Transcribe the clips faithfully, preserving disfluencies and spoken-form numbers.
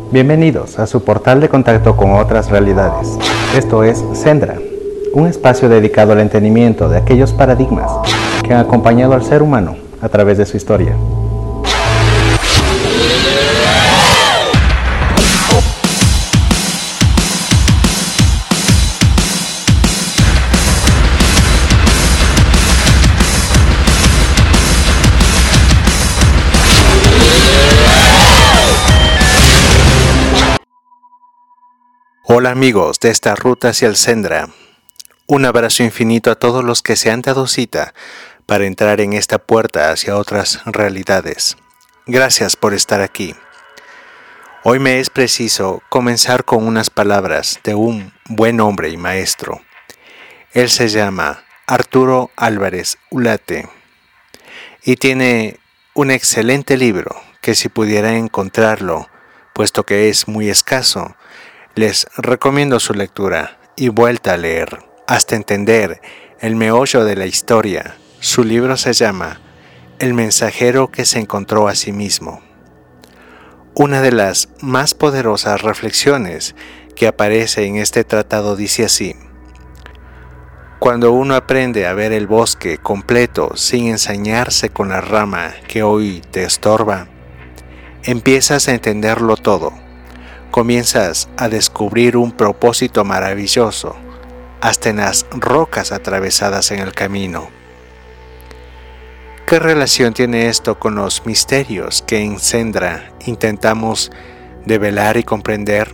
Bienvenidos a su portal de contacto con otras realidades. Esto es Sendra, un espacio dedicado al entendimiento de aquellos paradigmas que han acompañado al ser humano a través de su historia. Hola amigos de esta ruta hacia el Sendra. Un abrazo infinito a todos los que se han dado cita para entrar en esta puerta hacia otras realidades. Gracias por estar aquí. Hoy me es preciso comenzar con unas palabras de un buen hombre y maestro. Él se llama Arturo Álvarez Ulate y tiene un excelente libro que, si pudiera encontrarlo, puesto que es muy escaso, les recomiendo su lectura y vuelta a leer hasta entender el meollo de la historia. Su libro se llama El mensajero que se encontró a sí mismo. Una de las más poderosas reflexiones que aparece en este tratado dice así: cuando uno aprende a ver el bosque completo sin ensañarse con la rama que hoy te estorba, empiezas a entenderlo todo. Comienzas a descubrir un propósito maravilloso, hasta en las rocas atravesadas en el camino. ¿Qué relación tiene esto con los misterios que en Sendra intentamos develar y comprender?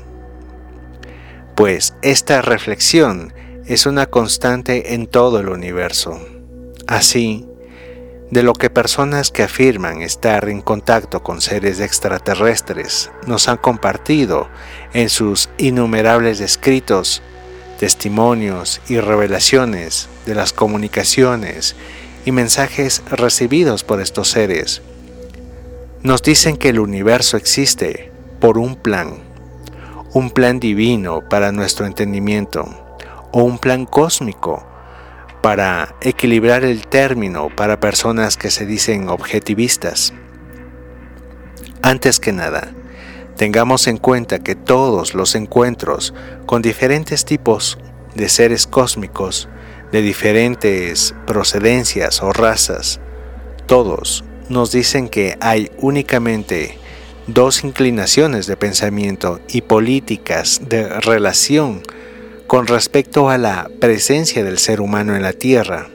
Pues esta reflexión es una constante en todo el universo. Así, de lo que personas que afirman estar en contacto con seres extraterrestres nos han compartido en sus innumerables escritos, testimonios y revelaciones de las comunicaciones y mensajes recibidos por estos seres, nos dicen que el universo existe por un plan, un plan divino para nuestro entendimiento, o un plan cósmico para equilibrar el término para personas que se dicen objetivistas. Antes que nada, tengamos en cuenta que todos los encuentros con diferentes tipos de seres cósmicos, de diferentes procedencias o razas, todos nos dicen que hay únicamente dos inclinaciones de pensamiento y políticas de relación con respecto a la presencia del ser humano en la Tierra.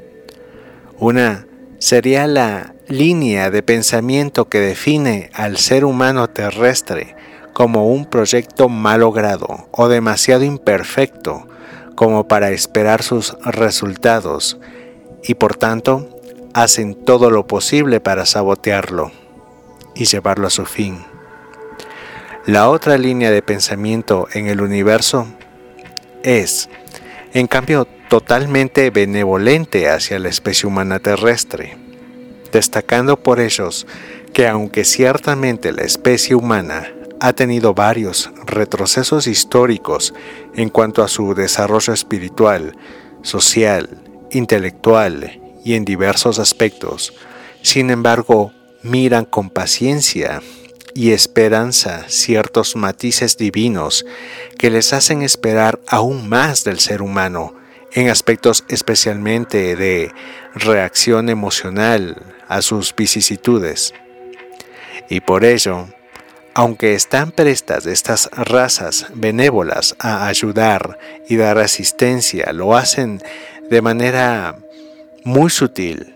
Una sería la línea de pensamiento que define al ser humano terrestre como un proyecto malogrado o demasiado imperfecto como para esperar sus resultados, y por tanto hacen todo lo posible para sabotearlo y llevarlo a su fin. La otra línea de pensamiento en el universo es, en cambio, totalmente benevolente hacia la especie humana terrestre, destacando por ellos que, aunque ciertamente la especie humana ha tenido varios retrocesos históricos en cuanto a su desarrollo espiritual, social, intelectual y en diversos aspectos, sin embargo, miran con paciencia y esperanza ciertos matices divinos que les hacen esperar aún más del ser humano en aspectos especialmente de reacción emocional a sus vicisitudes. Y por ello, aunque están prestas estas razas benévolas a ayudar y dar asistencia, lo hacen de manera muy sutil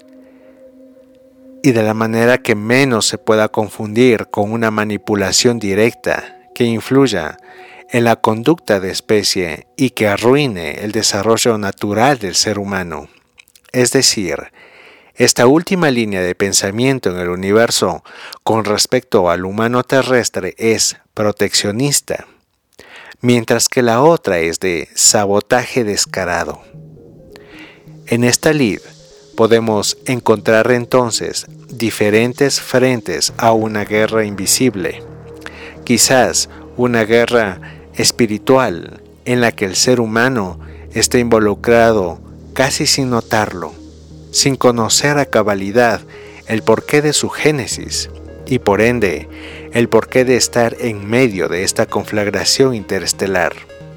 y de la manera que menos se pueda confundir con una manipulación directa que influya en la conducta de especie y que arruine el desarrollo natural del ser humano. Es decir, esta última línea de pensamiento en el universo con respecto al humano terrestre es proteccionista, mientras que la otra es de sabotaje descarado. En esta lid podemos encontrar entonces diferentes frentes a una guerra invisible, quizás una guerra espiritual en la que el ser humano está involucrado casi sin notarlo, sin conocer a cabalidad el porqué de su génesis, y por ende el porqué de estar en medio de esta conflagración interestelar.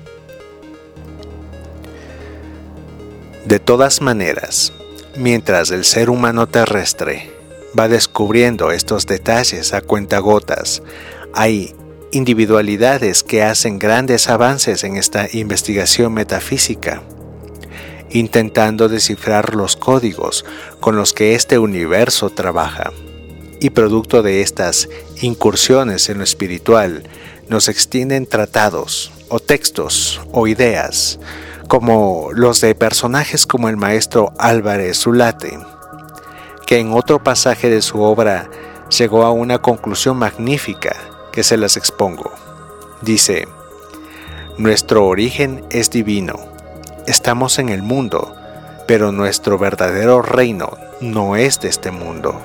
De todas maneras, mientras el ser humano terrestre va descubriendo estos detalles a cuentagotas, hay individualidades que hacen grandes avances en esta investigación metafísica, intentando descifrar los códigos con los que este universo trabaja. Y producto de estas incursiones en lo espiritual, nos extienden tratados o textos o ideas, como los de personajes como el maestro Álvarez Zulate, que en otro pasaje de su obra llegó a una conclusión magnífica que se las expongo. Dice: nuestro origen es divino, estamos en el mundo, pero nuestro verdadero reino no es de este mundo.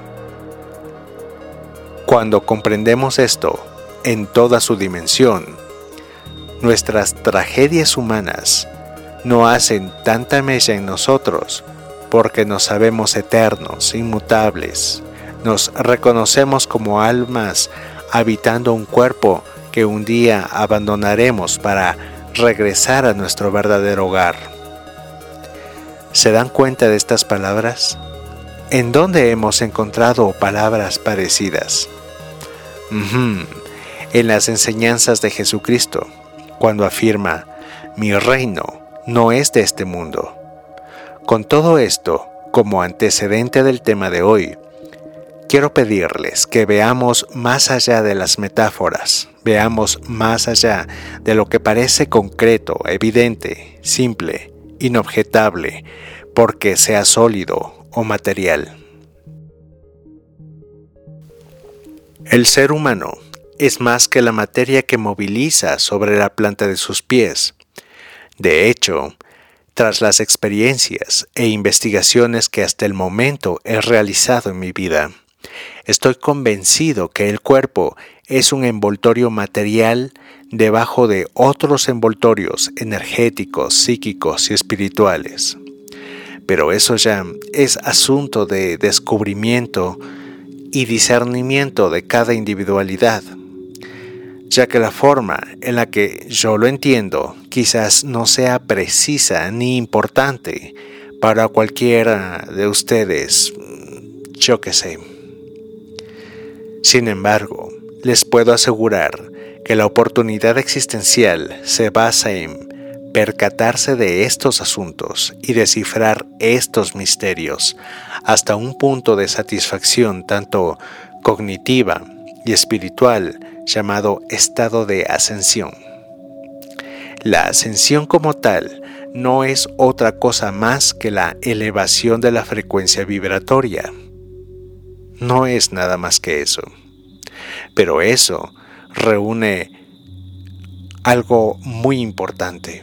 Cuando comprendemos esto en toda su dimensión, nuestras tragedias humanas no hacen tanta mella en nosotros porque nos sabemos eternos, inmutables. Nos reconocemos como almas habitando un cuerpo que un día abandonaremos para regresar a nuestro verdadero hogar. ¿Se dan cuenta de estas palabras? ¿En dónde hemos encontrado palabras parecidas? Uh-huh. En las enseñanzas de Jesucristo, cuando afirma: mi reino no es de este mundo. Con todo esto, como antecedente del tema de hoy, quiero pedirles que veamos más allá de las metáforas, veamos más allá de lo que parece concreto, evidente, simple, inobjetable, porque sea sólido o material. El ser humano es más que la materia que moviliza sobre la planta de sus pies. De hecho, tras las experiencias e investigaciones que hasta el momento he realizado en mi vida, estoy convencido que el cuerpo es un envoltorio material debajo de otros envoltorios energéticos, psíquicos y espirituales. Pero eso ya es asunto de descubrimiento y discernimiento de cada individualidad, ya que la forma en la que yo lo entiendo quizás no sea precisa ni importante para cualquiera de ustedes, yo qué sé. Sin embargo, les puedo asegurar que la oportunidad existencial se basa en percatarse de estos asuntos y descifrar estos misterios hasta un punto de satisfacción tanto cognitiva y espiritual llamado estado de ascensión. La ascensión como tal no es otra cosa más que la elevación de la frecuencia vibratoria. No es nada más que eso. Pero eso reúne algo muy importante.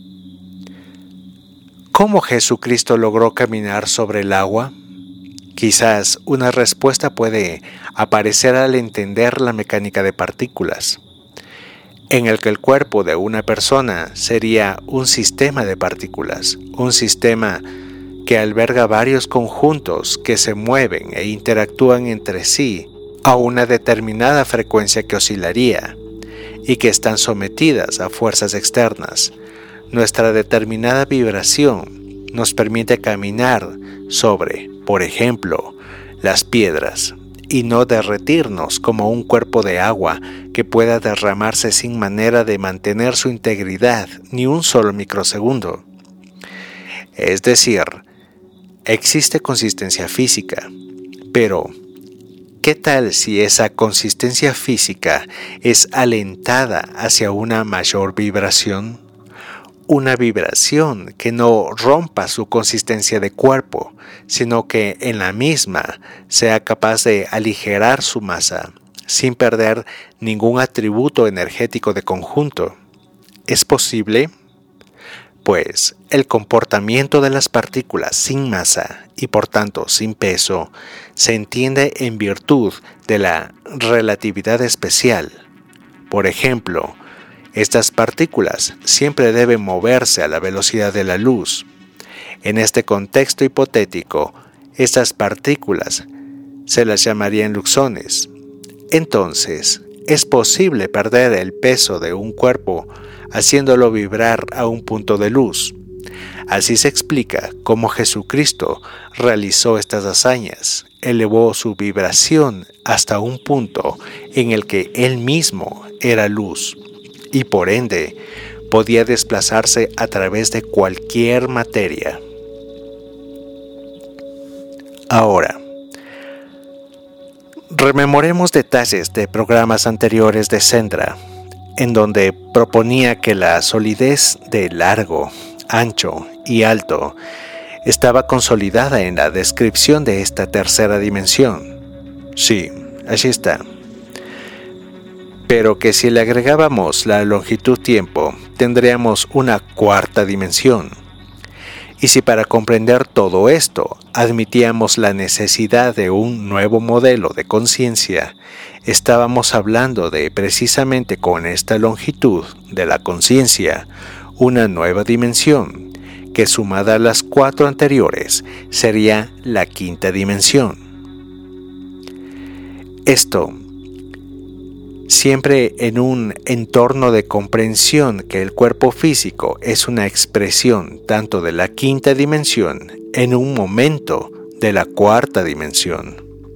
¿Cómo Jesucristo logró caminar sobre el agua? Quizás una respuesta puede aparecer al entender la mecánica de partículas, en el que el cuerpo de una persona sería un sistema de partículas, un sistema que alberga varios conjuntos que se mueven e interactúan entre sí a una determinada frecuencia que oscilaría y que están sometidas a fuerzas externas. Nuestra determinada vibración nos permite caminar sobre, por ejemplo, las piedras y no derretirnos como un cuerpo de agua que pueda derramarse sin manera de mantener su integridad ni un solo microsegundo. Es decir, existe consistencia física, pero ¿qué tal si esa consistencia física es alentada hacia una mayor vibración? Una vibración que no rompa su consistencia de cuerpo, sino que en la misma sea capaz de aligerar su masa, sin perder ningún atributo energético de conjunto. ¿Es posible? Pues el comportamiento de las partículas sin masa y por tanto sin peso se entiende en virtud de la relatividad especial. Por ejemplo, estas partículas siempre deben moverse a la velocidad de la luz. En este contexto hipotético, estas partículas se las llamarían luxones. Entonces, es posible perder el peso de un cuerpo haciéndolo vibrar a un punto de luz. Así se explica cómo Jesucristo realizó estas hazañas, elevó su vibración hasta un punto en el que Él mismo era luz y por ende podía desplazarse a través de cualquier materia. Ahora, rememoremos detalles de programas anteriores de Sendra, en donde proponía que la solidez de largo, ancho y alto estaba consolidada en la descripción de esta tercera dimensión. Sí, allí está. Pero que si le agregábamos la longitud-tiempo, tendríamos una cuarta dimensión. Y si para comprender todo esto admitíamos la necesidad de un nuevo modelo de conciencia, estábamos hablando de precisamente con esta longitud de la conciencia, una nueva dimensión, que sumada a las cuatro anteriores sería la quinta dimensión. Esto siempre en un entorno de comprensión que el cuerpo físico es una expresión tanto de la quinta dimensión en un momento de la cuarta dimensión.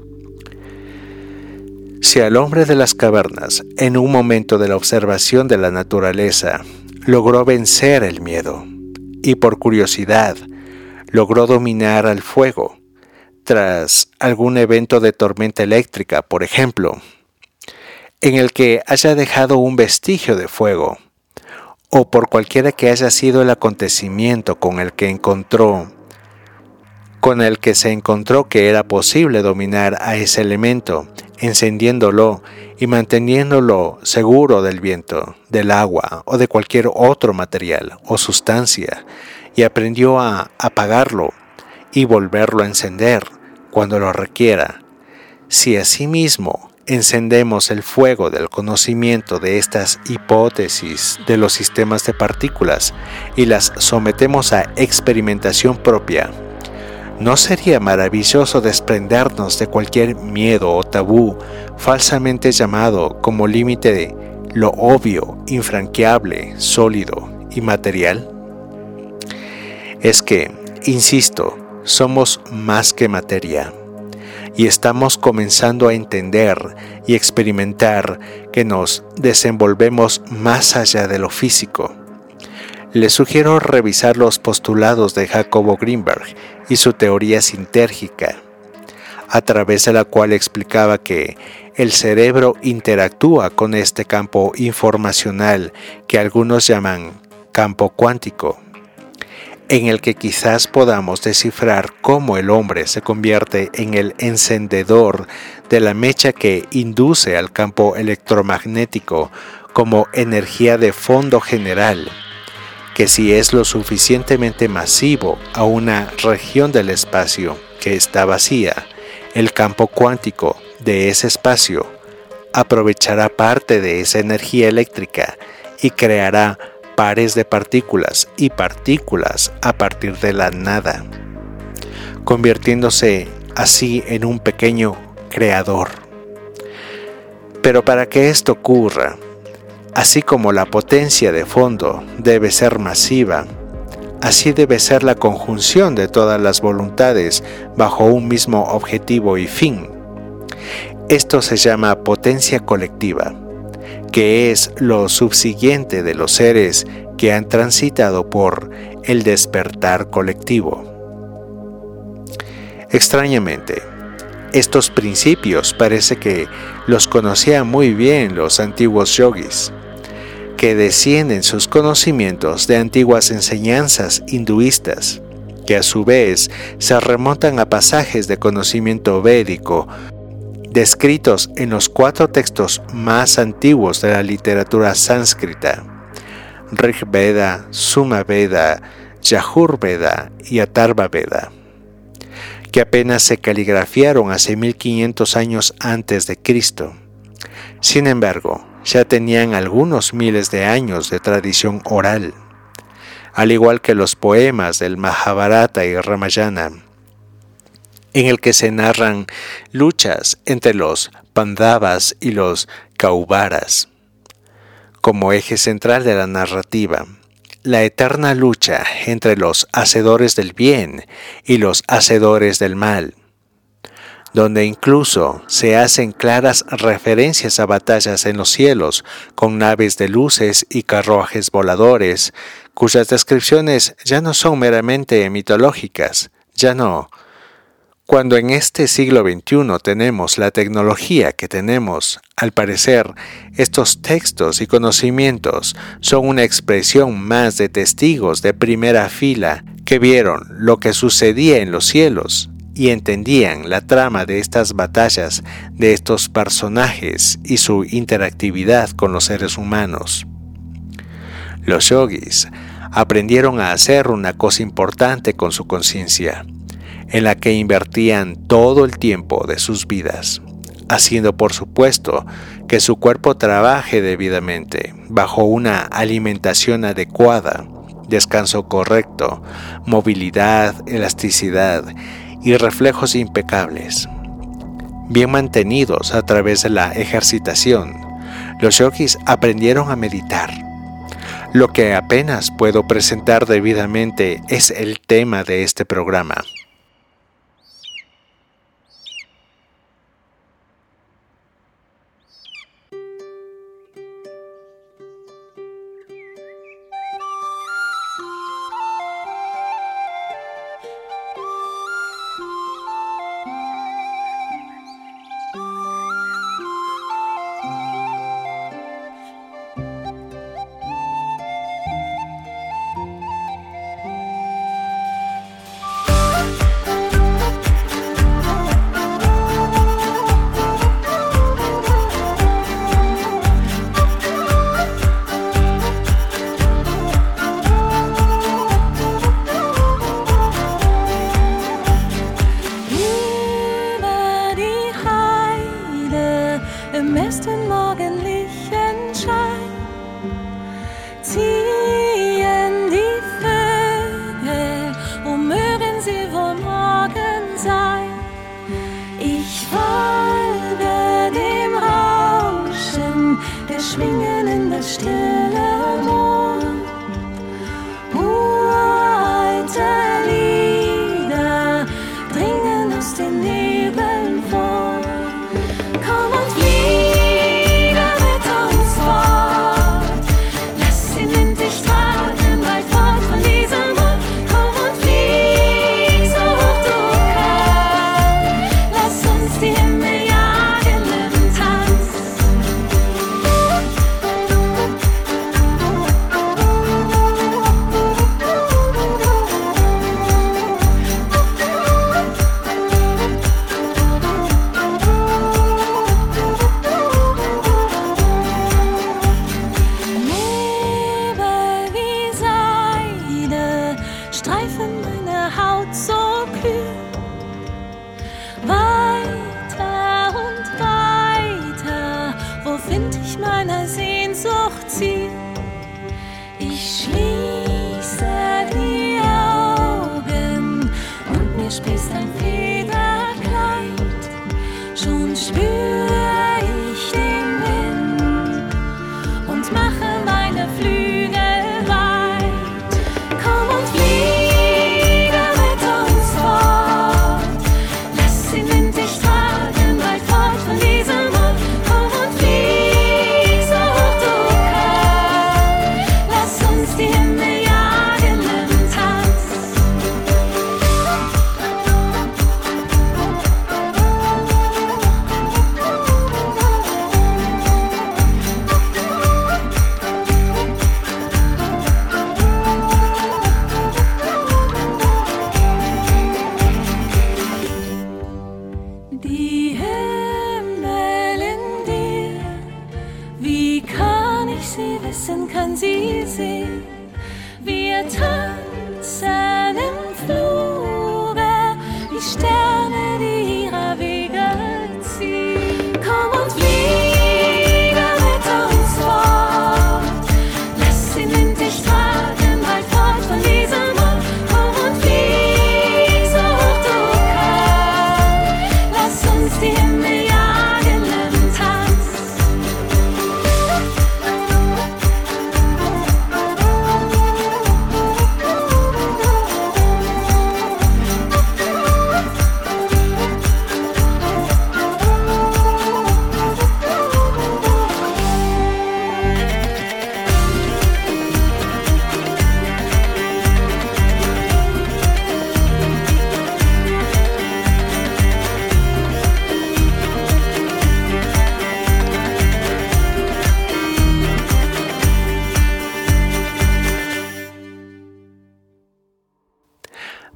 Si al hombre de las cavernas, en un momento de la observación de la naturaleza, logró vencer el miedo y por curiosidad logró dominar al fuego, tras algún evento de tormenta eléctrica, por ejemplo, en el que haya dejado un vestigio de fuego, o por cualquiera que haya sido el acontecimiento con el que encontró, con el que se encontró que era posible dominar a ese elemento, encendiéndolo y manteniéndolo seguro del viento, del agua o de cualquier otro material o sustancia, y aprendió a apagarlo y volverlo a encender cuando lo requiera. Si asimismo encendemos el fuego del conocimiento de estas hipótesis de los sistemas de partículas y las sometemos a experimentación propia, ¿no sería maravilloso desprendernos de cualquier miedo o tabú falsamente llamado como límite de lo obvio, infranqueable, sólido y material? Es que, insisto, somos más que materia. Y estamos comenzando a entender y experimentar que nos desenvolvemos más allá de lo físico. Les sugiero revisar los postulados de Jacobo Greenberg y su teoría sintérgica, a través de la cual explicaba que el cerebro interactúa con este campo informacional que algunos llaman campo cuántico, en el que quizás podamos descifrar cómo el hombre se convierte en el encendedor de la mecha que induce al campo electromagnético como energía de fondo general, que si es lo suficientemente masivo a una región del espacio que está vacía, el campo cuántico de ese espacio aprovechará parte de esa energía eléctrica y creará pares de partículas y partículas a partir de la nada, convirtiéndose así en un pequeño creador. Pero para que esto ocurra, así como la potencia de fondo debe ser masiva, así debe ser la conjunción de todas las voluntades bajo un mismo objetivo y fin. Esto se llama potencia colectiva, que es lo subsiguiente de los seres que han transitado por el despertar colectivo. Extrañamente, estos principios parece que los conocían muy bien los antiguos yogis, que descienden sus conocimientos de antiguas enseñanzas hinduistas, que a su vez se remontan a pasajes de conocimiento védico, descritos en los cuatro textos más antiguos de la literatura sánscrita: Rig Veda, Suma Veda, Yajur Veda y Atharva Veda, que apenas se caligrafiaron hace mil quinientos años antes de Cristo. Sin embargo, ya tenían algunos miles de años de tradición oral, al igual que los poemas del Mahabharata y Ramayana. en el que se narran luchas entre los Pandavas y los Kauravas. Como eje central de la narrativa, la eterna lucha entre los hacedores del bien y los hacedores del mal, donde incluso se hacen claras referencias a batallas en los cielos con naves de luces y carruajes voladores, cuyas descripciones ya no son meramente mitológicas, ya no. Cuando en este siglo veintiuno tenemos la tecnología que tenemos, al parecer, estos textos y conocimientos son una expresión más de testigos de primera fila que vieron lo que sucedía en los cielos y entendían la trama de estas batallas de estos personajes y su interactividad con los seres humanos. Los yogis aprendieron a hacer una cosa importante con su conciencia, en la que invertían todo el tiempo de sus vidas, haciendo por supuesto que su cuerpo trabaje debidamente, bajo una alimentación adecuada, descanso correcto, movilidad, elasticidad y reflejos impecables. Bien mantenidos a través de la ejercitación, los yogis aprendieron a meditar. Lo que apenas puedo presentar debidamente es el tema de este programa.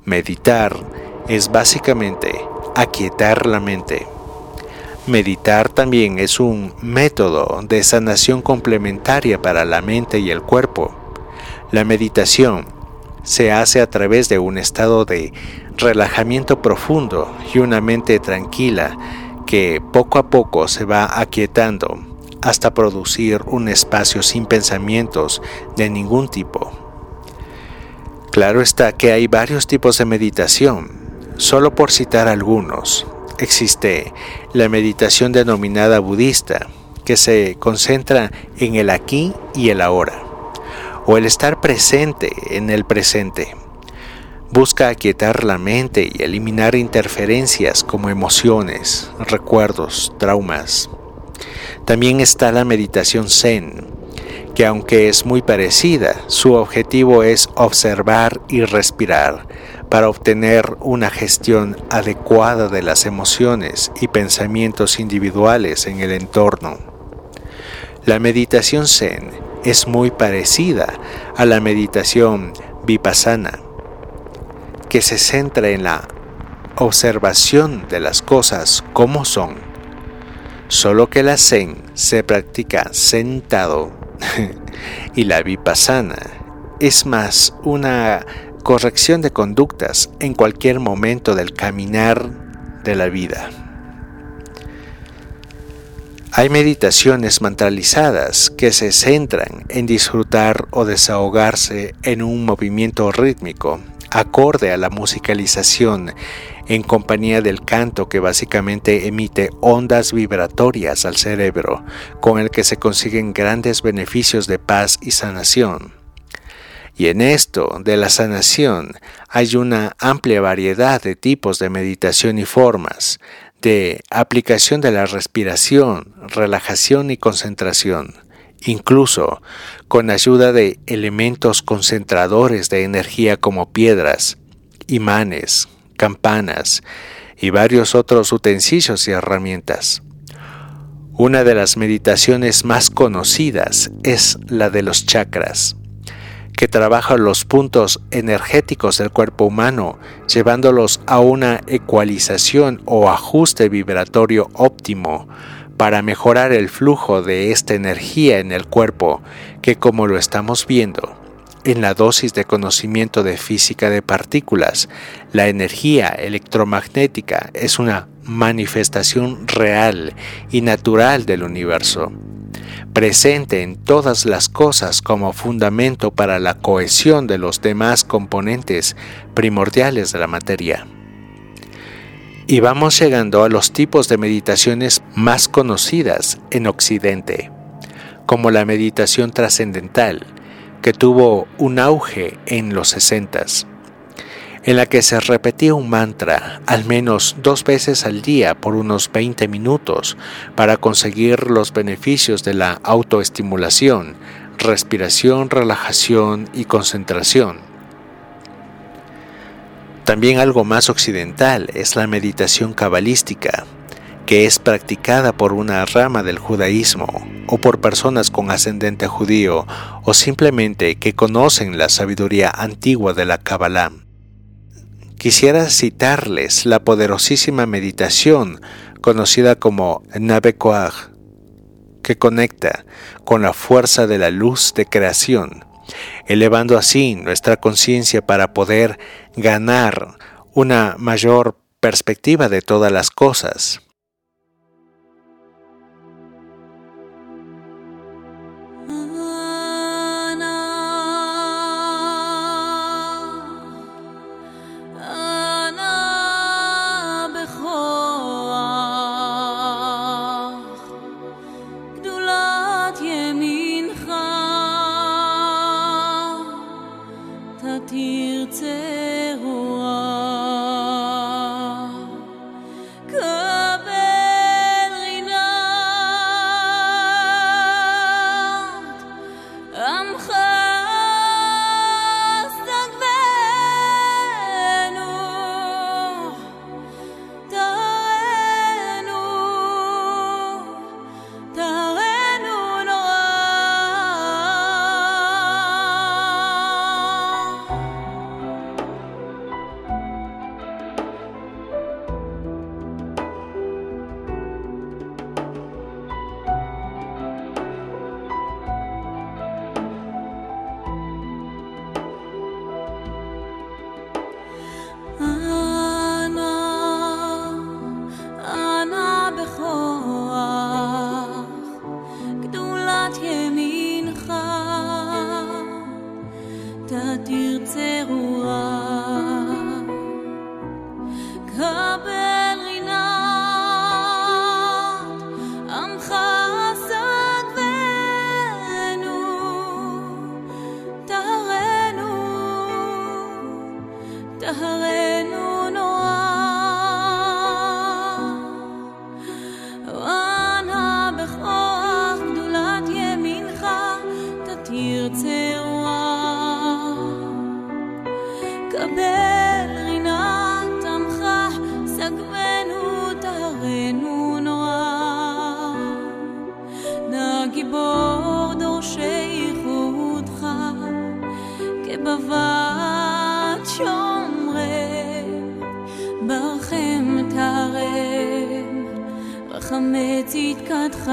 Meditar es básicamente aquietar la mente. Meditar también es un método de sanación complementaria para la mente y el cuerpo. La meditación se hace a través de un estado de relajamiento profundo y una mente tranquila que poco a poco se va aquietando hasta producir un espacio sin pensamientos de ningún tipo. Claro está que hay varios tipos de meditación. Solo por citar algunos, existe la meditación denominada budista, que se concentra en el aquí y el ahora, o el estar presente en el presente. Busca aquietar la mente y eliminar interferencias como emociones, recuerdos, traumas. También está la meditación zen, que aunque es muy parecida, su objetivo es observar y respirar para obtener una gestión adecuada de las emociones y pensamientos individuales en el entorno. La meditación zen es muy parecida a la meditación vipassana, que se centra en la observación de las cosas como son, solo que la zen se practica sentado y la vipassana es más una corrección de conductas en cualquier momento del caminar de la vida. Hay meditaciones mantralizadas que se centran en disfrutar o desahogarse en un movimiento rítmico, acorde a la musicalización, en compañía del canto, que básicamente emite ondas vibratorias al cerebro, con el que se consiguen grandes beneficios de paz y sanación. Y en esto de la sanación hay una amplia variedad de tipos de meditación y formas de aplicación de la respiración, relajación y concentración, incluso con ayuda de elementos concentradores de energía como piedras, imanes, campanas y varios otros utensilios y herramientas. Una de las meditaciones más conocidas es la de los chakras, que trabaja los puntos energéticos del cuerpo humano, llevándolos a una ecualización o ajuste vibratorio óptimo para mejorar el flujo de esta energía en el cuerpo, que, como lo estamos viendo en la dosis de conocimiento de física de partículas, la energía electromagnética es una manifestación real y natural del universo, presente en todas las cosas como fundamento para la cohesión de los demás componentes primordiales de la materia. Y vamos llegando a los tipos de meditaciones más conocidas en Occidente, como la meditación trascendental, que tuvo un auge en los sesentas, en la que se repetía un mantra al menos dos veces al día por unos veinte minutos para conseguir los beneficios de la autoestimulación, respiración, relajación y concentración. También algo más occidental es la meditación cabalística, que es practicada por una rama del judaísmo o por personas con ascendente judío o simplemente que conocen la sabiduría antigua de la Kabbalah. Quisiera citarles la poderosísima meditación conocida como Nabe Koach, que conecta con la fuerza de la luz de creación, elevando así nuestra conciencia para poder ganar una mayor perspectiva de todas las cosas. תרצה רוח, קבל תרצה קבל רינת עמך סגבנו תרנו נורא נא גיבור דורשי ייחודך כבבת שומרי ברכם תרם רחמי צדקתך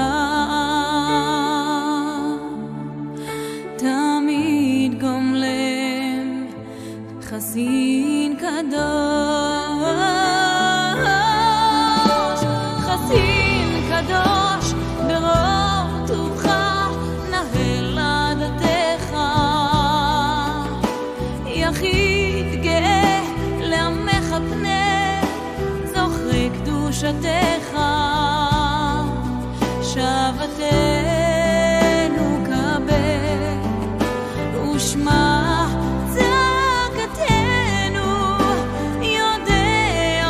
תמיד גומלם חסין קדוש חסין קדוש ברוב טובך נהל עדתך יחיד גאה לעמך פנה זוכרי קדושתך שבתנו קבל ושמע צעקתנו יודע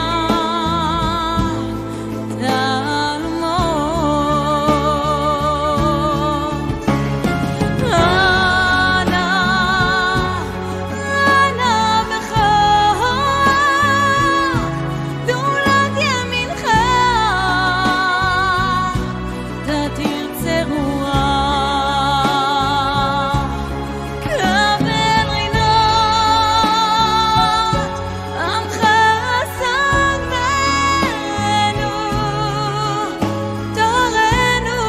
תעלמות אנא אנא בך דולת ימינך תתרצה רוח קבל רינות עמך סגבנו תרנו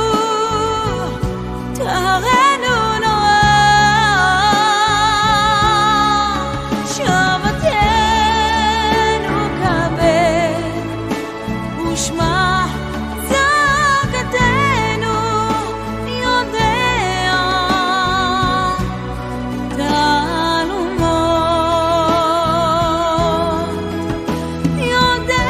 תרנו נורא שבתנו קבל ושמע צעקתנו יודע תעלומות יודע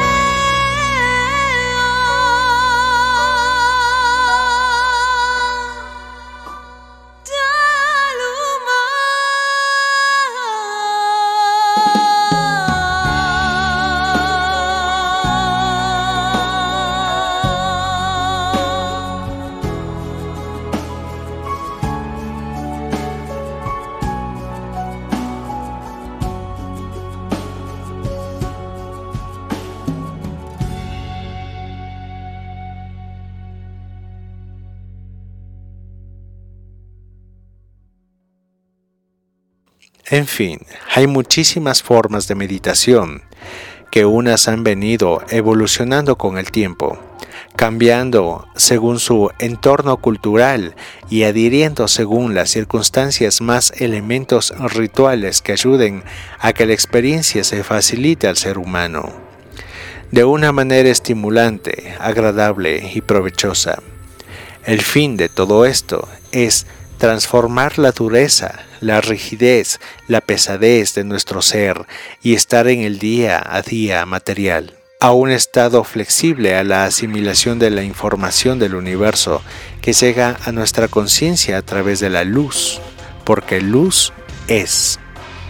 En fin, hay muchísimas formas de meditación, que unas han venido evolucionando con el tiempo, cambiando según su entorno cultural y adhiriendo según las circunstancias más elementos rituales que ayuden a que la experiencia se facilite al ser humano, de una manera estimulante, agradable y provechosa. El fin de todo esto es transformar la dureza, la rigidez, la pesadez de nuestro ser y estar en el día a día material, a un estado flexible a la asimilación de la información del universo que llega a nuestra conciencia a través de la luz, porque luz es.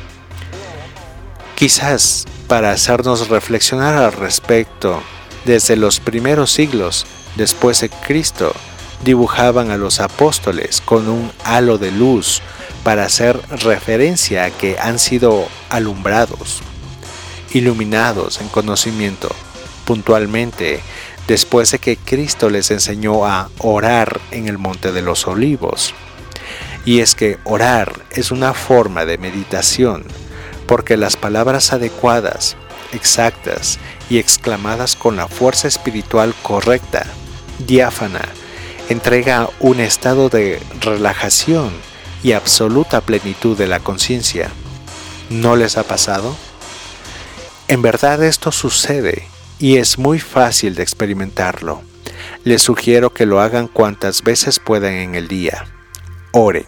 Quizás para hacernos reflexionar al respecto, desde los primeros siglos después de Cristo, dibujaban a los apóstoles con un halo de luz para hacer referencia a que han sido alumbrados, iluminados en conocimiento, puntualmente después de que Cristo les enseñó a orar en el Monte de los Olivos. Y es que orar es una forma de meditación, porque las palabras adecuadas, exactas y exclamadas con la fuerza espiritual correcta, diáfana, entrega un estado de relajación y absoluta plenitud de la conciencia. ¿No les ha pasado? En verdad esto sucede y es muy fácil de experimentarlo. Les sugiero que lo hagan cuantas veces puedan en el día. Oren.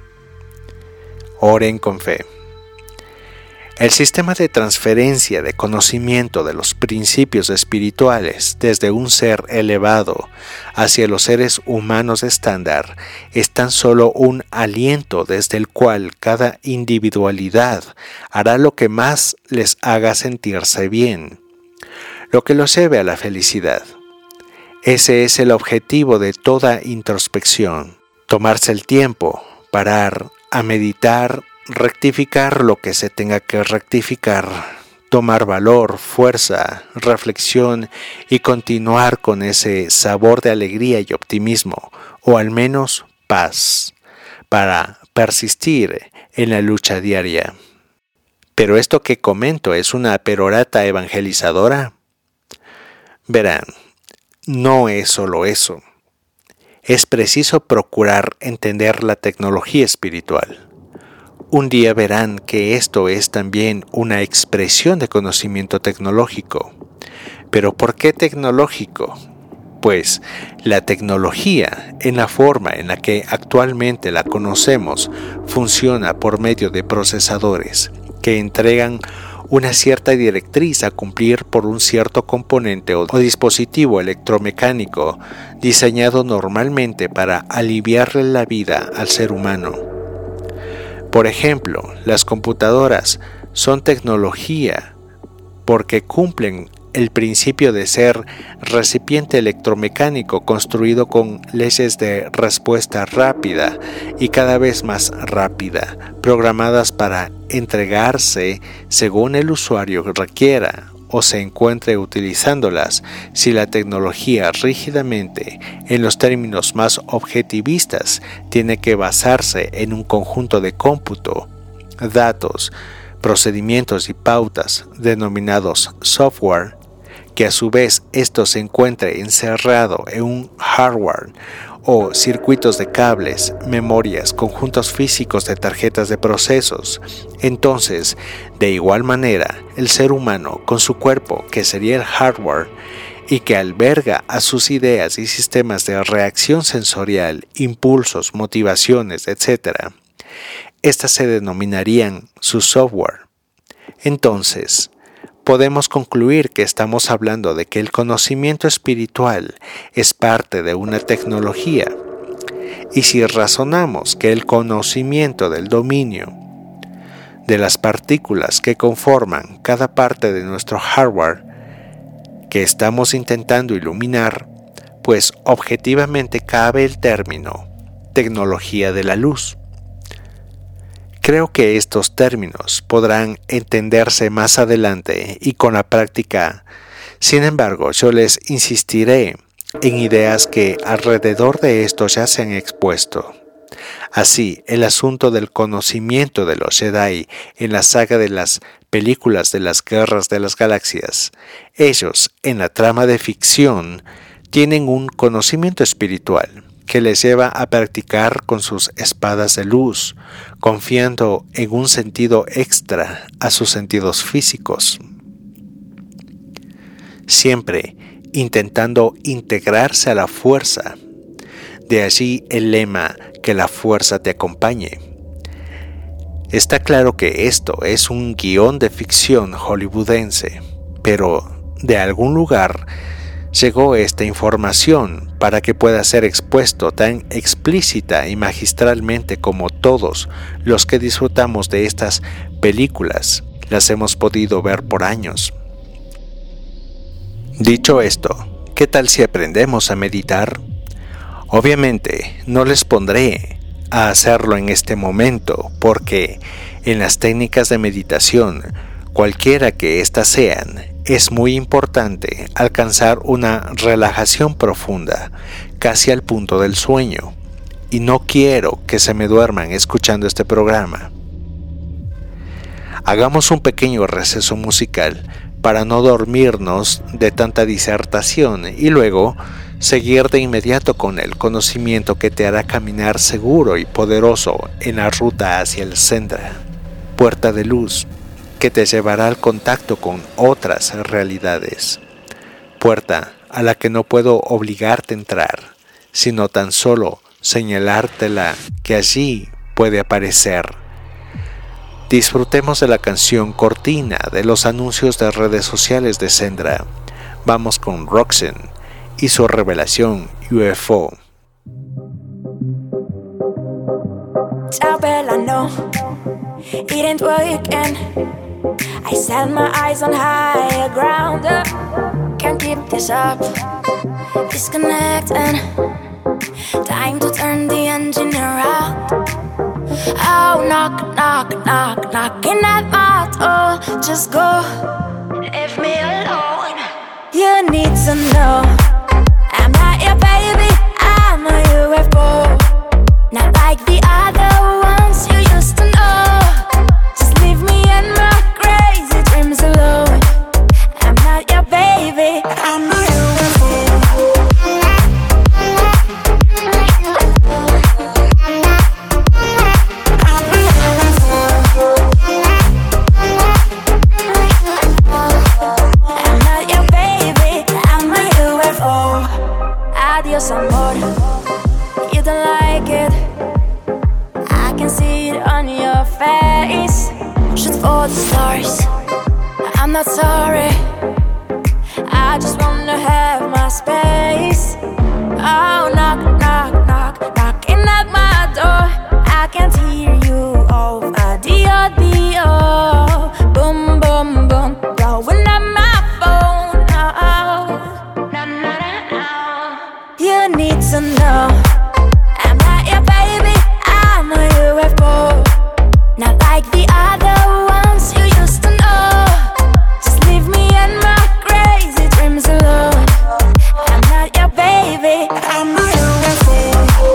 Oren con fe. El sistema de transferencia de conocimiento de los principios espirituales desde un ser elevado hacia los seres humanos estándar es tan solo un aliento desde el cual cada individualidad hará lo que más les haga sentirse bien, lo que los lleve a la felicidad. Ese es el objetivo de toda introspección, tomarse el tiempo parar a meditar, rectificar lo que se tenga que rectificar, tomar valor, fuerza, reflexión y continuar con ese sabor de alegría y optimismo, o al menos paz, para persistir en la lucha diaria. ¿Pero esto que comento es una perorata evangelizadora? Verán, no es solo eso. Es preciso procurar entender la tecnología espiritual. Un día verán que esto es también una expresión de conocimiento tecnológico. ¿Pero por qué tecnológico? Pues la tecnología, en la forma en la que actualmente la conocemos, funciona por medio de procesadores que entregan una cierta directriz a cumplir por un cierto componente o dispositivo electromecánico diseñado normalmente para aliviarle la vida al ser humano. Por ejemplo, las computadoras son tecnología porque cumplen el principio de ser recipiente electromecánico construido con leyes de respuesta rápida y cada vez más rápida, programadas para entregarse según el usuario requiera o se encuentre utilizándolas si la tecnología rígidamente, en los términos más objetivistas, tiene que basarse en un conjunto de cómputo, datos, procedimientos y pautas denominados software, que a su vez esto se encuentre encerrado en un hardware o circuitos de cables, memorias, conjuntos físicos de tarjetas de procesos. Entonces, de igual manera, el ser humano con su cuerpo, que sería el hardware, y que alberga a sus ideas y sistemas de reacción sensorial, impulsos, motivaciones, etcétera, estas se denominarían su software. Entonces, podemos concluir que estamos hablando de que el conocimiento espiritual es parte de una tecnología. Y si razonamos que el conocimiento del dominio de las partículas que conforman cada parte de nuestro hardware que estamos intentando iluminar, pues objetivamente cabe el término tecnología de la luz. Creo que estos términos podrán entenderse más adelante y con la práctica. Sin embargo, yo les insistiré en ideas que alrededor de esto ya se han expuesto. Así, el asunto del conocimiento de los Jedi en la saga de las películas de las Guerras de las Galaxias. Ellos, en la trama de ficción, tienen un conocimiento espiritual que les lleva a practicar con sus espadas de luz, confiando en un sentido extra a sus sentidos físicos, siempre intentando integrarse a la fuerza. De allí el lema que la fuerza te acompañe. Está claro que esto es un guión de ficción hollywoodense, pero de algún lugar llegó esta información para que pueda ser expuesto tan explícita y magistralmente como todos los que disfrutamos de estas películas las hemos podido ver por años. Dicho esto, ¿qué tal si aprendemos a meditar? Obviamente no les pondré a hacerlo en este momento porque en las técnicas de meditación, cualquiera que éstas sean, es muy importante alcanzar una relajación profunda, casi al punto del sueño, y no quiero que se me duerman escuchando este programa. Hagamos un pequeño receso musical para no dormirnos de tanta disertación y luego seguir de inmediato con el conocimiento que te hará caminar seguro y poderoso en la ruta hacia el Sendra, puerta de luz, que te llevará al contacto con otras realidades, puerta a la que no puedo obligarte a entrar, sino tan solo señalártela que allí puede aparecer. Disfrutemos de la canción cortina de los anuncios de redes sociales de Sendra. Vamos con Roxanne y su revelación U F O. Ciao bella, no, it ain't working. I set my eyes on higher ground. Can't keep this up, disconnecting. Time to turn the engine around. Oh, knock, knock, knock, knocking at my door. Just go, leave me alone. You need to know I'm not your baby, I'm a U F O. Not like the other ones you used to know. Just leave me in my crazy dreams alone. I'm not your baby, I'm a U F O. Adios, amor. You don't like it, I can see it on your face. Shoot for the stars, I'm not sorry, I just wanna have my space. Oh, knock, knock, knock, knocking at my door. I can't hear you over the audio. Boom, boom, boom, blowing up my phone. Oh, no, no, no, no. You need to know I'm not your baby, I'm a U F O. Not like the other ones you used to know. Just leave me in my crazy dreams alone. I'm not your baby, I'm a U F O.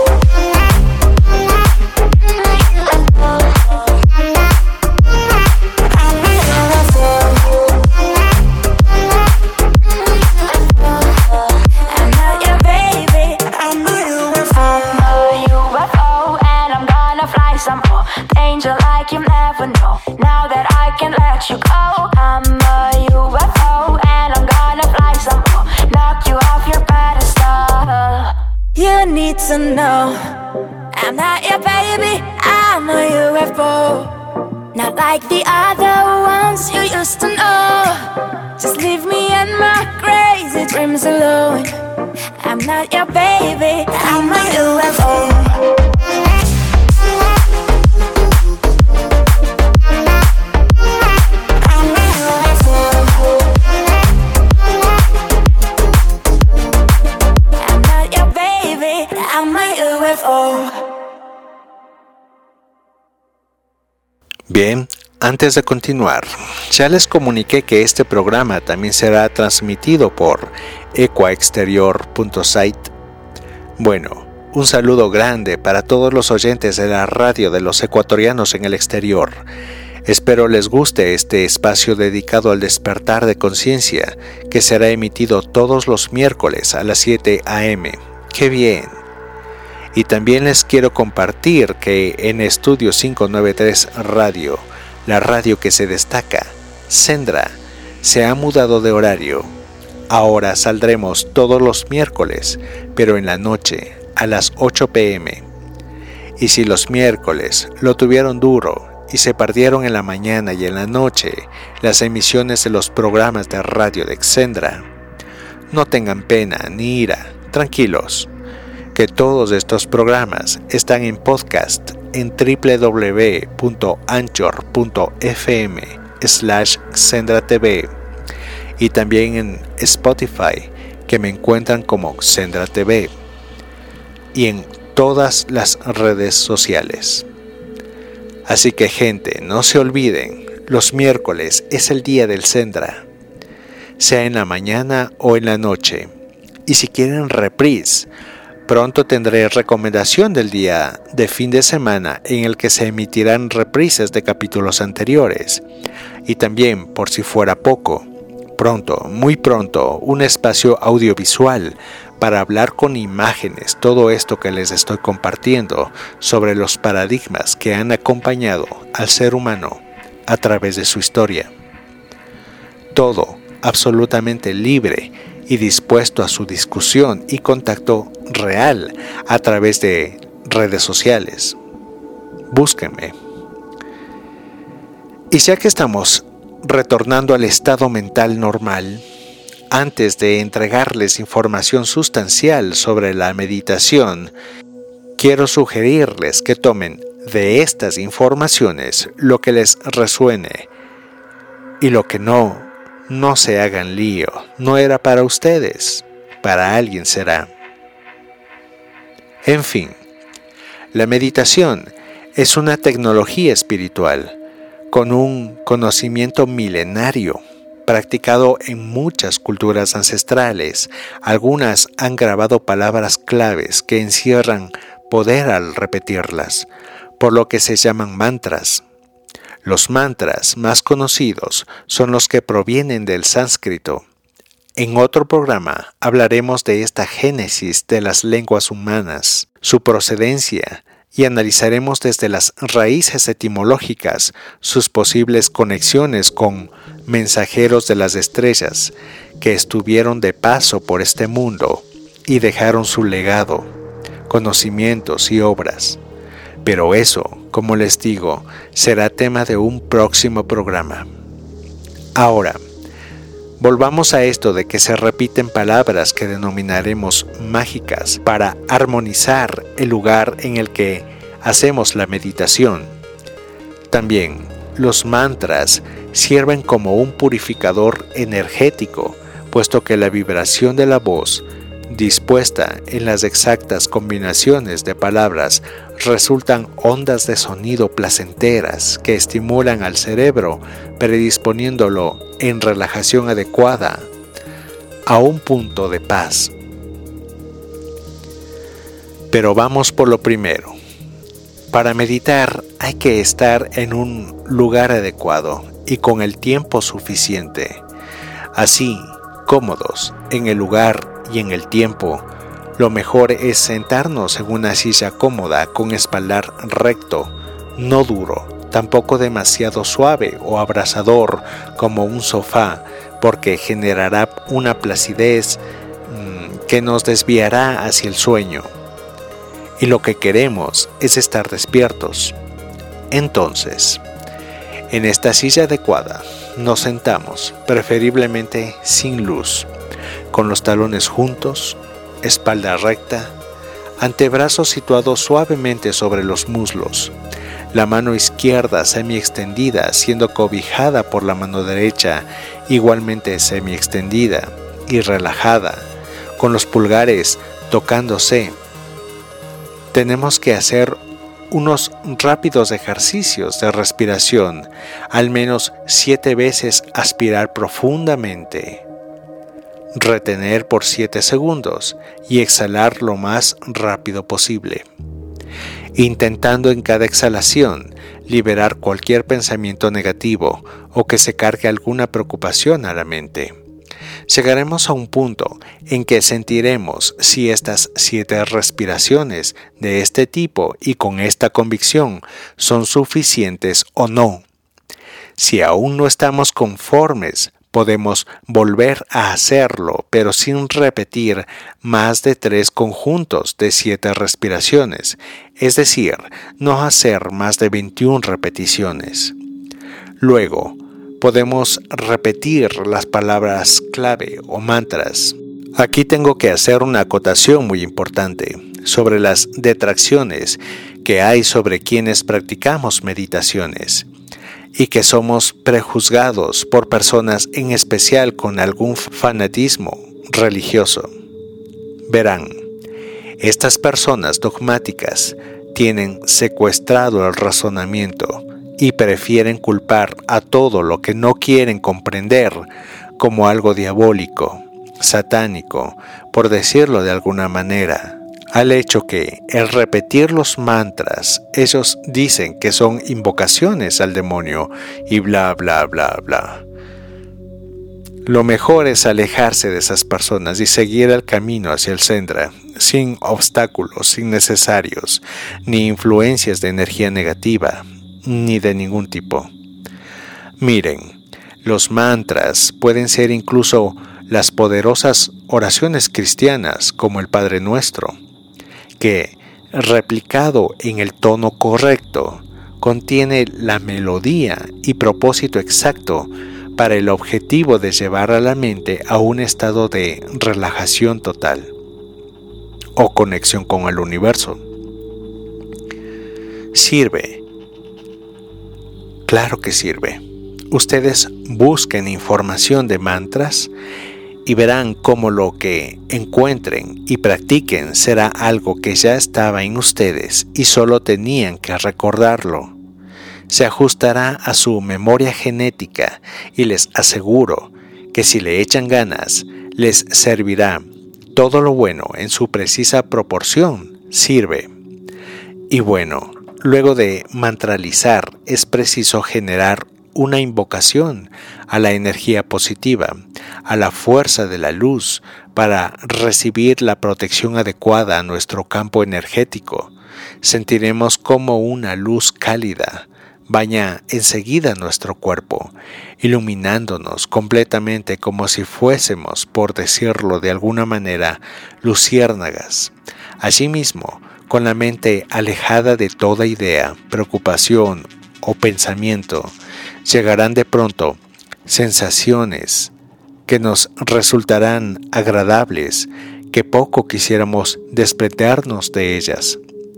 Danger like you never know. Now that I can let you go, I'm a U F O and I'm gonna fly some more. Knock you off your pedestal. You need to know I'm not your baby, I'm a U F O. Not like the other ones you used to know. Just leave me in my crazy dreams alone. I'm not your baby, I'm a U F O. Bien, antes de continuar, ya les comuniqué que este programa también será transmitido por ecuaexterior punto site. Bueno, un saludo grande para todos los oyentes de la radio de los ecuatorianos en el exterior. Espero les guste este espacio dedicado al despertar de conciencia que será emitido todos los miércoles a las siete a eme. ¡Qué bien! Y también les quiero compartir que en Estudio quinientos noventa y tres Radio, la radio que se destaca, Sendra, se ha mudado de horario. Ahora saldremos todos los miércoles, pero en la noche, a las ocho pe eme. Y si los miércoles lo tuvieron duro y se perdieron en la mañana y en la noche las emisiones de los programas de radio de Sendra, no tengan pena ni ira, tranquilos. Que todos estos programas están en podcast en doble u doble u doble u punto anchor punto efe eme slash Sendra T V y también en Spotify, que me encuentran como Sendra T V, y en todas las redes sociales. Así que gente, no se olviden, los miércoles es el día del Sendra, sea en la mañana o en la noche. Y si quieren reprise, pronto tendré recomendación del día de fin de semana en el que se emitirán reprises de capítulos anteriores. Y también, por si fuera poco, pronto, muy pronto, un espacio audiovisual para hablar con imágenes todo esto que les estoy compartiendo sobre los paradigmas que han acompañado al ser humano a través de su historia. Todo absolutamente libre y dispuesto a su discusión y contacto real a través de redes sociales. Búsquenme. Y ya que estamos retornando al estado mental normal, antes de entregarles información sustancial sobre la meditación, quiero sugerirles que tomen de estas informaciones lo que les resuene y lo que no, no se hagan lío, no era para ustedes, para alguien será. En fin, la meditación Es una tecnología espiritual con un conocimiento milenario practicado en muchas culturas ancestrales. Algunas han grabado palabras claves que encierran poder al repetirlas, por lo que se llaman mantras. Los mantras más conocidos son los que provienen del sánscrito. En otro programa hablaremos de esta génesis de las lenguas humanas, su procedencia, y analizaremos desde las raíces etimológicas sus posibles conexiones con mensajeros de las estrellas que estuvieron de paso por este mundo y dejaron su legado, conocimientos y obras. Pero eso, como les digo, será tema de un próximo programa. Ahora, volvamos a esto de que se repiten palabras que denominaremos mágicas para armonizar el lugar en el que hacemos la meditación. También, los mantras sirven como un purificador energético, puesto que la vibración de la voz, dispuesta en las exactas combinaciones de palabras, resultan ondas de sonido placenteras que estimulan al cerebro, predisponiéndolo en relajación adecuada a un punto de paz. Pero vamos por lo primero. Para meditar hay que estar en un lugar adecuado y con el tiempo suficiente. Así, cómodos en el lugar y en el tiempo, lo mejor es sentarnos en una silla cómoda con espaldar recto, no duro, tampoco demasiado suave o abrasador como un sofá, porque generará una placidez mmm, que nos desviará hacia el sueño. Y lo que queremos es estar despiertos. Entonces, en esta silla adecuada, nos sentamos, preferiblemente sin luz, con los talones juntos, espalda recta, antebrazos situados suavemente sobre los muslos, la mano izquierda semi-extendida siendo cobijada por la mano derecha, igualmente semi-extendida y relajada, con los pulgares tocándose. Tenemos que hacer unos rápidos ejercicios de respiración, al menos siete veces aspirar profundamente, retener por siete segundos y exhalar lo más rápido posible, intentando en cada exhalación liberar cualquier pensamiento negativo o que se cargue alguna preocupación a la mente. Llegaremos a un punto en que sentiremos si estas siete respiraciones de este tipo y con esta convicción son suficientes o no. Si aún no estamos conformes, podemos volver a hacerlo, pero sin repetir más de tres conjuntos de siete respiraciones, es decir, no hacer más de veintiuna repeticiones. Luego, podemos repetir las palabras clave o mantras. Aquí tengo que hacer una acotación muy importante sobre las detracciones que hay sobre quienes practicamos meditaciones y que somos prejuzgados por personas en especial con algún fanatismo religioso. Verán, estas personas dogmáticas tienen secuestrado el razonamiento y prefieren culpar a todo lo que no quieren comprender como algo diabólico, satánico, por decirlo de alguna manera, al hecho que, al repetir los mantras, ellos dicen que son invocaciones al demonio y bla bla bla bla. Lo mejor es alejarse de esas personas y seguir el camino hacia el Sendra, sin obstáculos innecesarios, ni influencias de energía negativa, ni de ningún tipo. Miren, los mantras pueden ser incluso las poderosas oraciones cristianas como el Padre Nuestro, que, replicado en el tono correcto, contiene la melodía y propósito exacto para el objetivo de llevar a la mente a un estado de relajación total o conexión con el universo. Sirve. Claro que sirve. Ustedes busquen información de mantras y verán cómo lo que encuentren y practiquen será algo que ya estaba en ustedes y solo tenían que recordarlo. Se ajustará a su memoria genética y les aseguro que si le echan ganas, les servirá. Todo lo bueno en su precisa proporción sirve. Y bueno, luego de mantralizar es preciso generar una invocación a la energía positiva, a la fuerza de la luz, para recibir la protección adecuada a nuestro campo energético. Sentiremos como una luz cálida baña enseguida nuestro cuerpo, iluminándonos completamente como si fuésemos, por decirlo de alguna manera, luciérnagas. Asimismo, con la mente alejada de toda idea, preocupación o pensamiento, llegarán de pronto sensaciones que nos resultarán agradables, que poco quisiéramos desprendernos de ellas,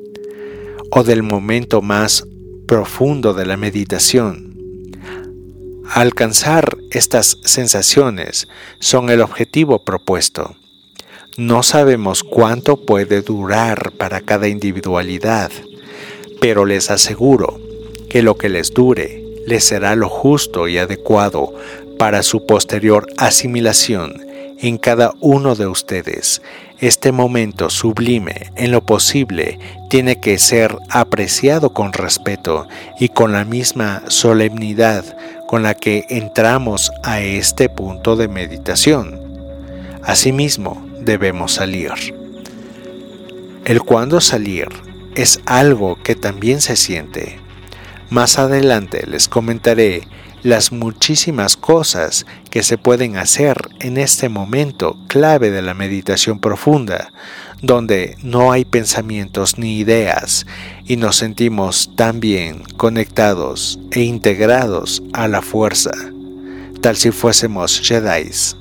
o del momento más profundo de la meditación. Alcanzar estas sensaciones son el objetivo propuesto. No sabemos cuánto puede durar para cada individualidad, pero les aseguro que lo que les dure les será lo justo y adecuado para su posterior asimilación en cada uno de ustedes. Este momento sublime, en lo posible, tiene que ser apreciado con respeto y con la misma solemnidad con la que entramos a este punto de meditación. Asimismo, debemos salir. El cuándo salir es algo que también se siente. Más adelante les comentaré las muchísimas cosas que se pueden hacer en este momento clave de la meditación profunda, donde no hay pensamientos ni ideas y nos sentimos tan bien conectados e integrados a la fuerza, tal si fuésemos Jedis.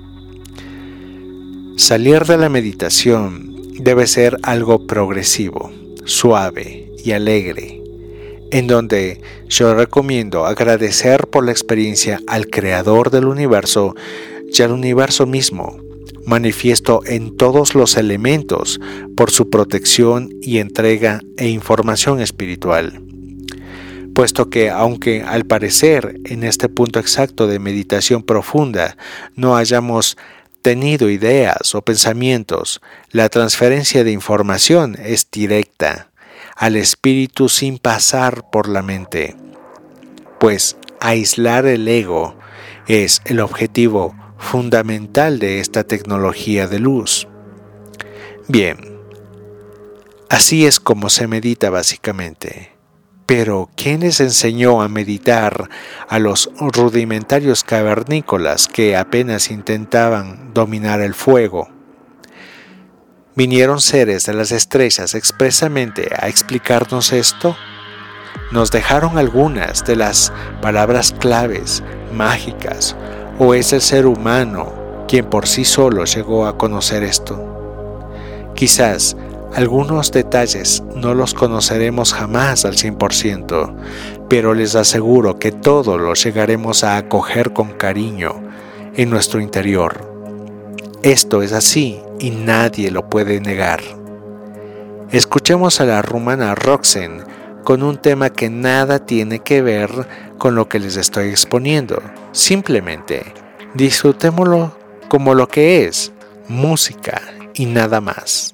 Salir de la meditación debe ser algo progresivo, suave y alegre, en donde yo recomiendo agradecer por la experiencia al Creador del universo y al universo mismo, manifiesto en todos los elementos por su protección y entrega e información espiritual. Puesto que, aunque al parecer en este punto exacto de meditación profunda no hayamos tenido ideas o pensamientos, la transferencia de información es directa al espíritu sin pasar por la mente, pues aislar el ego es el objetivo fundamental de esta tecnología de luz. Bien, así es como se medita básicamente. Pero ¿quién les enseñó a meditar a los rudimentarios cavernícolas que apenas intentaban dominar el fuego? ¿Vinieron seres de las estrellas expresamente a explicarnos esto? ¿Nos dejaron algunas de las palabras claves, mágicas, o es el ser humano quien por sí solo llegó a conocer esto? Quizás algunos detalles no los conoceremos jamás al cien por ciento, pero les aseguro que todo lo llegaremos a acoger con cariño en nuestro interior. Esto es así y nadie lo puede negar. Escuchemos a la rumana Roxen con un tema que nada tiene que ver con lo que les estoy exponiendo. Simplemente disfrutémoslo como lo que es, música y nada más.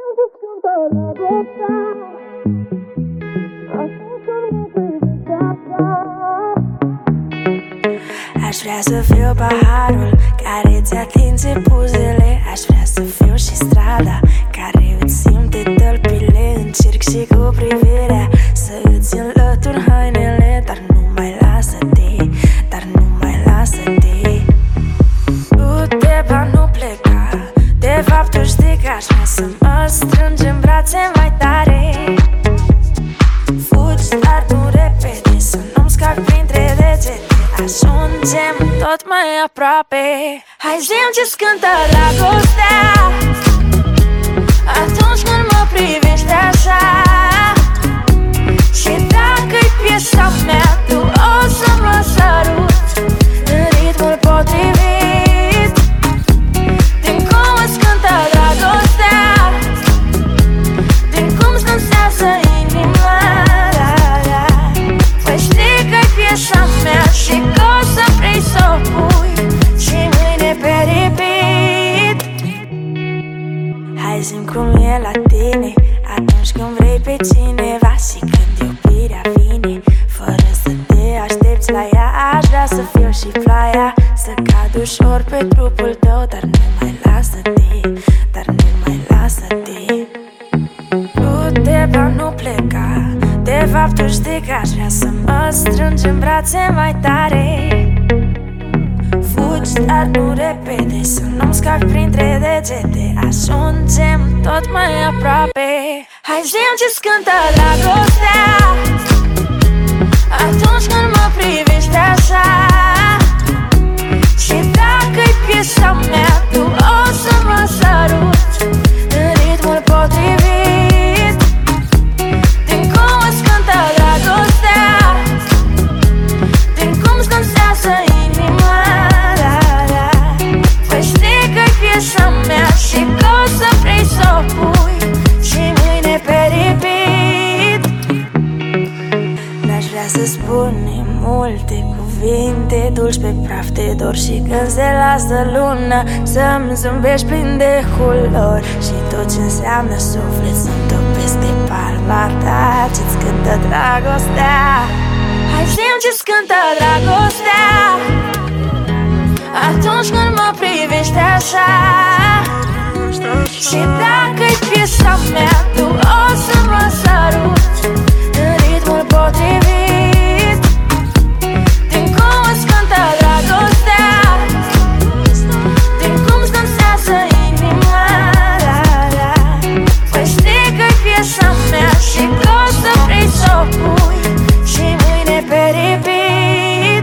Aș vrea să fiu paharul care ți atinge buzele. Aș vrea să fiu și strada care îți simte tălpile. Încerc și cu privirea să îți înlătur hainele. Dar nu mai lasă-te, dar nu mai lasă-te. Du-te, ba nu pleca. De fapt tu știi că aș vrea să mă strângi în brațe mai tare. Fugi, dar nu repede, să nu-mi scapi printre degete. Ajungem tot mai aproape. Hai zi-mi ce-ți cântă dragostea atunci când mă privești așa. Și dacă-i piesa mea, tu o să mă săruți în ritmul potrivit. tine atunci când vrei pe cineva și când iubirea vine fără să te aștepți la ea. Aș vrea să fiu și ploaia, să cad ușor pe trupul tău, dar nu mai lasă-te, dar nu mai lasă-te. Du-te, dar nu pleca, de fapt tu știi că aș vrea să mă strângi în brațe mai tare. Fugi, dar nu repede, să nu-mi scapi printre degete. Ajungem tot mai aproape. Hai zi-mi ce-ți cântă dragostea atunci când mă privești așa. Și dacă-i piesa mea, tu o să mă saruți în ritmul potrivit. Din cum îți cântă dragostea, din cum-ți dansează inima, la, la. Păi știi că-i piesa mea și că o să vrei să o pui și mâine pe repeat. N-aș vrea să spunem multe cuvinte dulci pe praf de dor și când se lasă luna să-mi zâmbești plin de culori. Și tot ce înseamnă suflet să-mi topesc de palma ta ce-ți cântă dragostea. Hai zi-mi ce-ți cântă dragostea atunci când mă privești așa. Și dacă-i piesa mea, tu o să mă saruți în ritmul potrivit. Din cum îți cântă dragostea, din cum-ți dansează inima, la, la. Păi știi că-i piesa mea și că o să vrei să o pui și mâine pe repeat.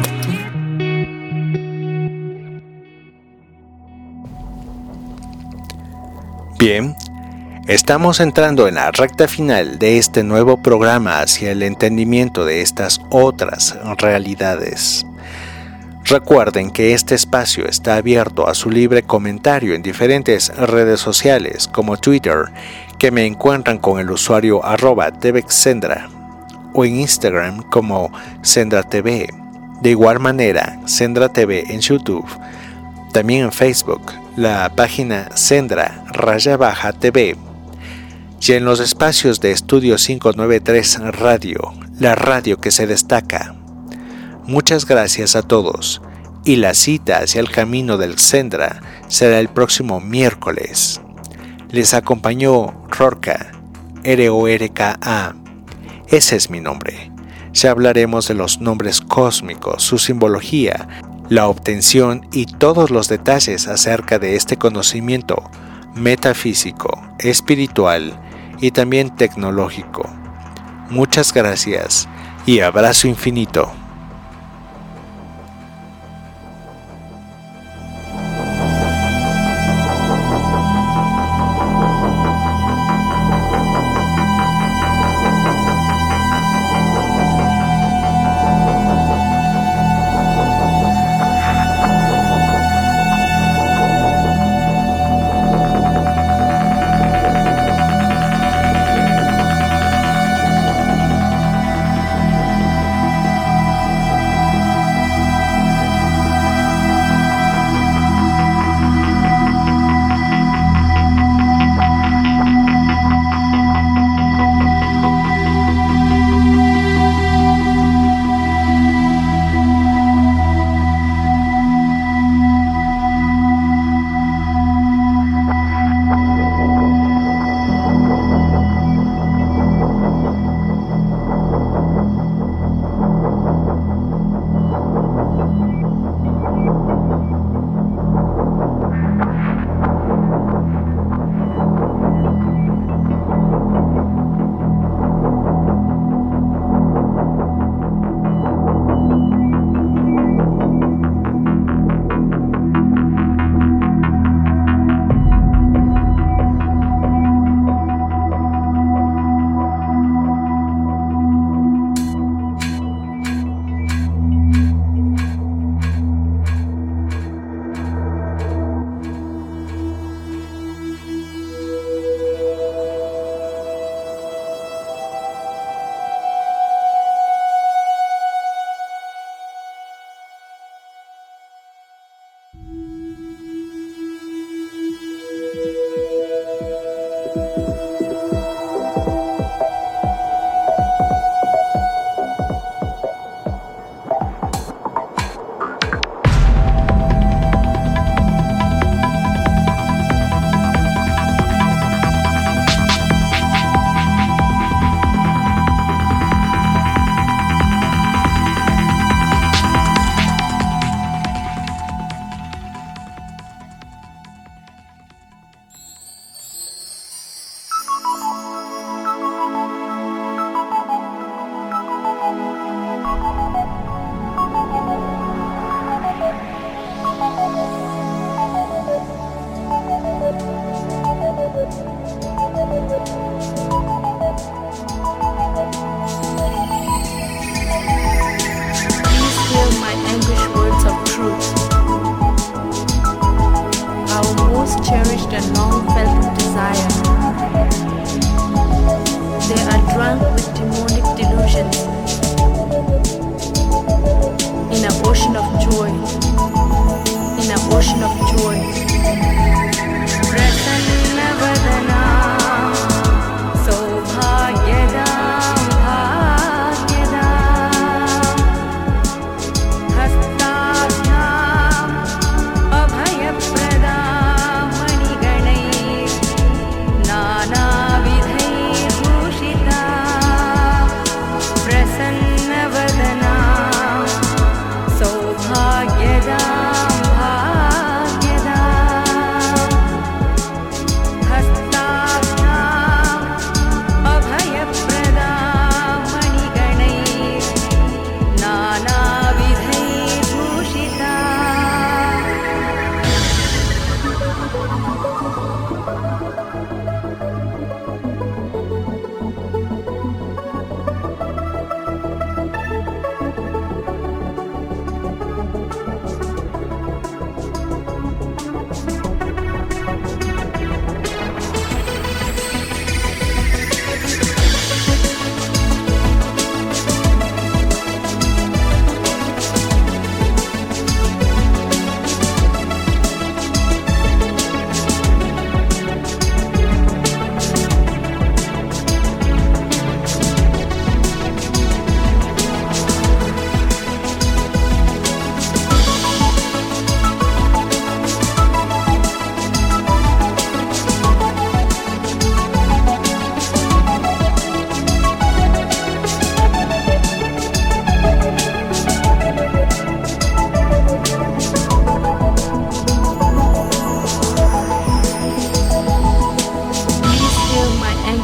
Bien, estamos entrando en la recta final de este nuevo programa hacia el entendimiento de estas otras realidades. Recuerden que este espacio está abierto a su libre comentario en diferentes redes sociales como Twitter, que me encuentran con el usuario arroba tvexsendra, o en Instagram como SendraTV. De igual manera, Sendra T V en YouTube. También en Facebook, la página Sendra Raya Baja T V. Y en los espacios de Estudio quinientos noventa y tres Radio, la radio que se destaca. Muchas gracias a todos, y la cita hacia el camino del Sendra será el próximo miércoles. Les acompañó Rorka, R O R K A. Ese es mi nombre. Ya hablaremos de los nombres cósmicos, su simbología, la obtención y todos los detalles acerca de este conocimiento metafísico, espiritual y también tecnológico. Muchas gracias y abrazo infinito.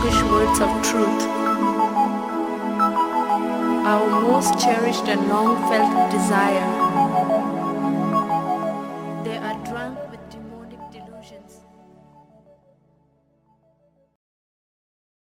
distinguish words of truth. Our most cherished and long felt desire